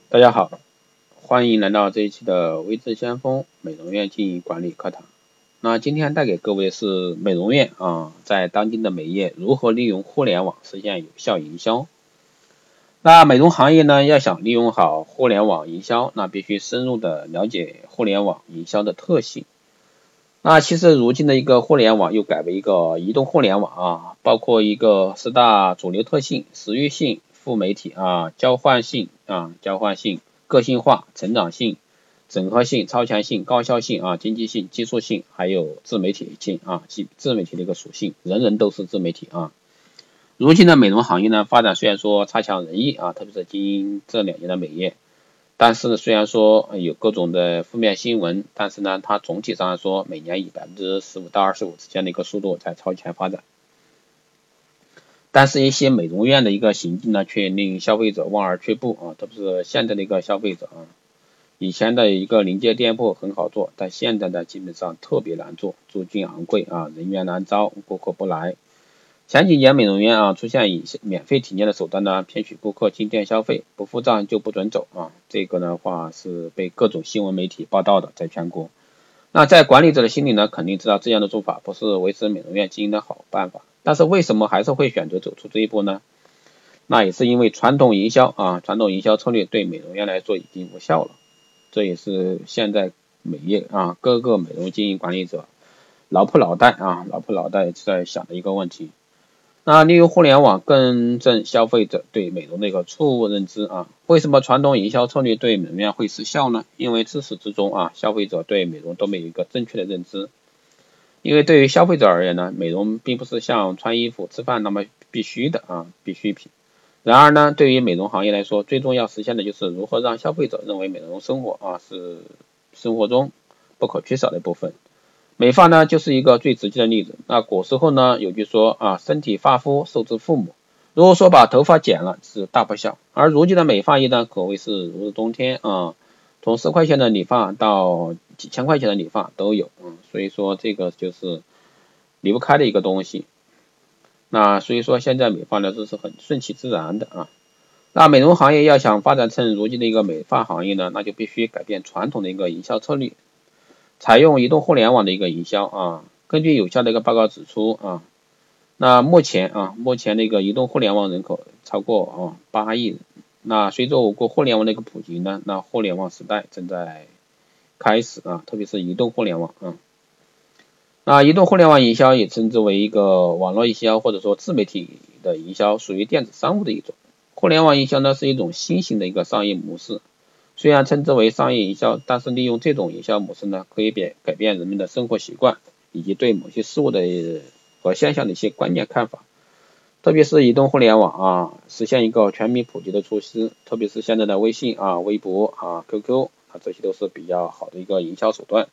大家好，欢迎来到这一期的微智先锋美容院经营管理课堂。那今天带给各位是美容院在当今的美业如何利用互联网实现有效营销。那美容行业呢，要想利用好互联网营销，那必须深入的了解互联网营销的特性。那其实如今的一个互联网又改为一个移动互联网包括一个4大主流特性：时域性、副媒体交换性、个性化、成长性、整合性、超前性、高效性经济性、技术性，还有自媒体性自媒体的一个属性，人人都是自媒体如今的美容行业呢，发展虽然说差强人意特别是经营这2年的美业，但是虽然说有各种的负面新闻，但是呢，它总体上来说每年以15%到25%之间的一个速度在超前发展。但是一些美容院的一个行径呢，却令消费者望而却步特别是现在的一个消费者以前的一个临街店铺很好做，但现在呢基本上特别难做，租金昂贵人员难招，顾客不来。前几年美容院出现以免费体验的手段呢，骗取顾客进店消费，不付账就不准走这个的话是被各种新闻媒体报道的，在全国。那在管理者的心里呢，肯定知道这样的做法不是维持美容院经营的好办法，但是为什么还是会选择走出这一步呢？那也是因为传统营销策略对美容院来说已经无效了，这也是现在美业各个美容经营管理者老婆脑袋在想的一个问题。那利用互联网更正消费者对美容的一个错误认知为什么传统营销策略对美容院会失效呢？因为自始至终消费者对美容都没有一个正确的认知。因为对于消费者而言呢，美容并不是像穿衣服吃饭那么必须的必需品。然而呢，对于美容行业来说，最重要实现的就是如何让消费者认为美容生活是生活中不可缺少的部分。美发呢就是一个最直接的例子。那古时候呢有句说身体发肤受之父母，如果说把头发剪了是大不孝。而如今的美发业呢可谓是如日中天从10块钱的理发到几千块钱的理发都有所以说这个就是离不开的一个东西。那所以说现在美发呢这是很顺其自然的那美容行业要想发展成如今的一个美发行业呢，那就必须改变传统的一个营销策略，采用移动互联网的一个营销根据有效的一个报告指出那目前的一个移动互联网人口超过8亿人。那随着我国互联网的一个普及呢，那互联网时代正在开始特别是移动互联网那移动互联网营销也称之为一个网络营销或者说自媒体的营销，属于电子商务的一种。互联网营销呢是一种新型的一个商业模式，虽然称之为商业营销，但是利用这种营销模式呢，可以改变人们的生活习惯以及对某些事物的和现象的一些观念看法。特别是移动互联网实现一个全民普及的措施，特别是现在的微信微博QQ这些都是比较好的一个营销手段。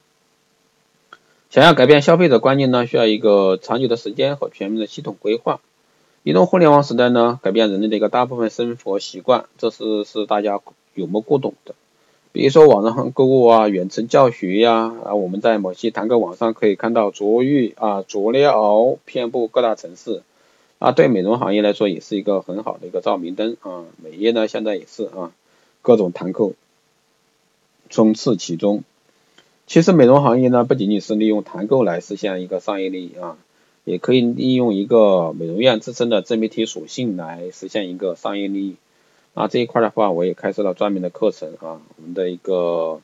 想要改变消费者观念呢，需要一个长久的时间和全面的系统规划。移动互联网时代呢，改变人类的一个大部分生活习惯，这是大家有目共睹的。比如说网上购物远程教学我们在某些坦克网上可以看到卓玉卓料遍布各大城市对美容行业来说也是一个很好的一个照明灯美业呢现在也是各种坦克冲刺其中。其实美容行业呢不仅仅是利用团购来实现一个商业利益也可以利用一个美容院自身的自媒体属性来实现一个商业利益这一块的话我也开设了专门的课程我们的一个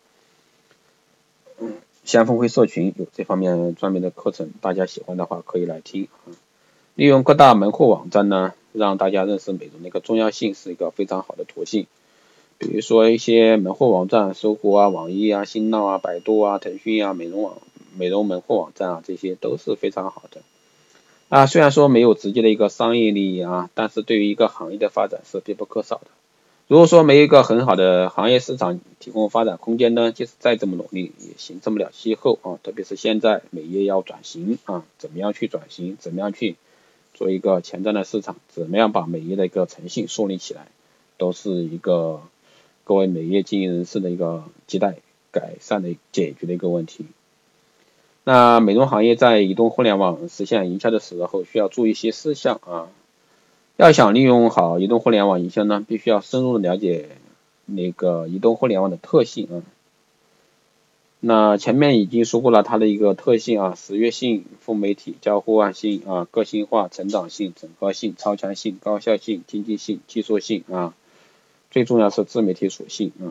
先锋会社群有这方面专门的课程，大家喜欢的话可以来听利用各大门户网站呢，让大家认识美容的一个重要性是一个非常好的途径。比如说一些门户网站，搜狐网易新浪百度腾讯美容门户网站这些都是非常好的虽然说没有直接的一个商业利益但是对于一个行业的发展是必不可少的。如果说没有一个很好的行业市场提供发展空间呢，即使再这么努力也形成不了气候特别是现在美业要转型怎么样去转型，怎么样去做一个潜在的市场，怎么样把美业的一个诚信树立起来，都是一个各位美业经营人士的一个亟待改善的解决的一个问题。那美容行业在移动互联网实现营销的时候需要注意一些事项要想利用好移动互联网营销呢，必须要深入的了解那个移动互联网的特性啊。那前面已经说过了它的一个特性啊，时约性、富媒体、交互化性啊、个性化、成长性、整合性、超强性、高效性、经济性、技术性啊，最重要是自媒体属性啊。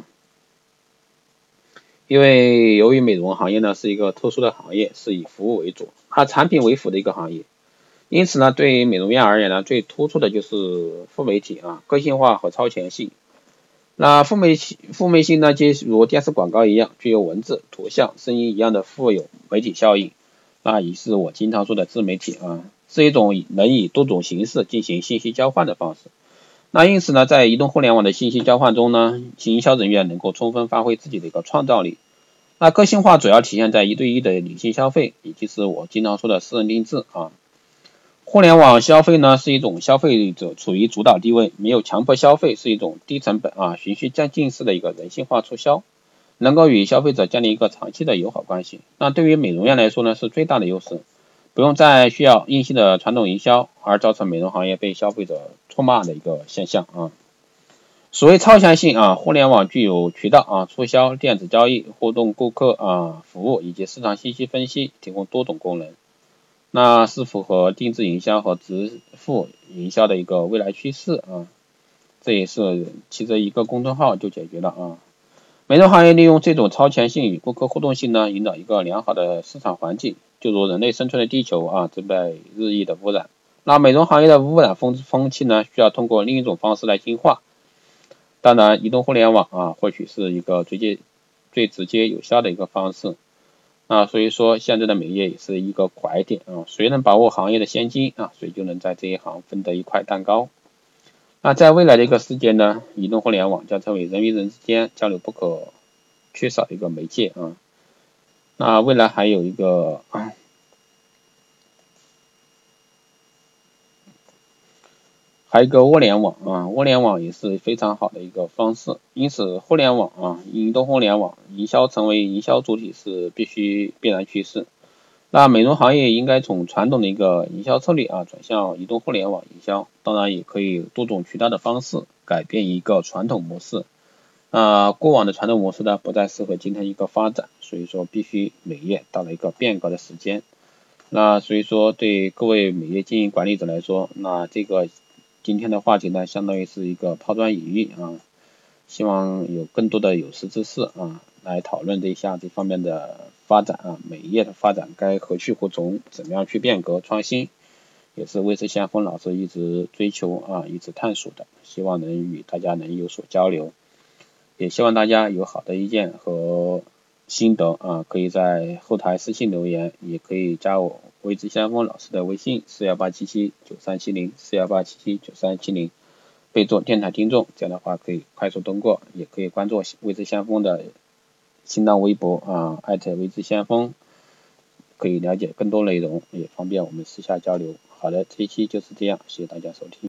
因为由于美容行业呢是一个特殊的行业，是以服务为主，它产品为辅的一个行业，因此呢，对于美容院而言呢，最突出的就是富媒体啊、个性化和超前性。那富媒性呢，就如电视广告一样，具有文字、图像、声音一样的富有媒体效应。那也是我经常说的自媒体啊，是一种能以多种形式进行信息交换的方式。那因此呢，在移动互联网的信息交换中呢，营销人员能够充分发挥自己的一个创造力。那个性化主要体现在一对一的理性消费，也就是我经常说的私人定制啊。互联网消费呢是一种消费者处于主导地位，没有强迫消费，是一种低成本啊循序渐进式的一个人性化促销，能够与消费者建立一个长期的友好关系。那对于美容院来说呢是最大的优势，不用再需要硬性的传统营销，而造成美容行业被消费者唾骂的一个现象啊。所谓超强性啊，互联网具有渠道啊、促销、电子交易、互动顾客啊服务以及市场信息分析，提供多种功能。那是符合定制营销和直付营销的一个未来趋势啊，这也是其实一个公众号就解决了啊。美容行业利用这种超前性与顾客互动性呢，引导一个良好的市场环境，就如人类生存的地球啊正被日益的污染。那美容行业的污染风气呢，需要通过另一种方式来净化。当然，移动互联网啊，或许是一个最直接有效的一个方式。所以说现在的美业也是一个拐点啊，谁能把握行业的先机啊，谁就能在这一行分得一块蛋糕。那在未来的一个世界呢，移动互联网将成为人与人之间交流不可缺少的一个媒介啊。那未来还有一个物联网啊，物联网也是非常好的一个方式。因此，互联网啊，移动互联网营销成为营销主体是必然趋势。那美容行业应该从传统的一个营销策略啊，转向移动互联网营销，当然也可以多种渠道的方式改变一个传统模式。过往的传统模式呢，不再适合今天一个发展，所以说必须美业到了一个变革的时间。那所以说对各位美业经营管理者来说，那这个今天的话题呢，相当于是一个抛砖引玉啊，希望有更多的有识之士啊，来讨论一下这方面的发展啊，美业的发展该何去何从，怎么样去变革创新，也是魏之先锋老师一直追求啊，一直探索的，希望能与大家能有所交流，也希望大家有好的意见和心得啊，可以在后台私信留言，也可以加我魏之先锋老师的微信418779370，418779370，备注电台听众，这样的话可以快速通过，也可以关注魏之先锋的新浪微博啊，魏之先锋，可以了解更多内容，也方便我们私下交流。好的，这一期就是这样，谢谢大家收听。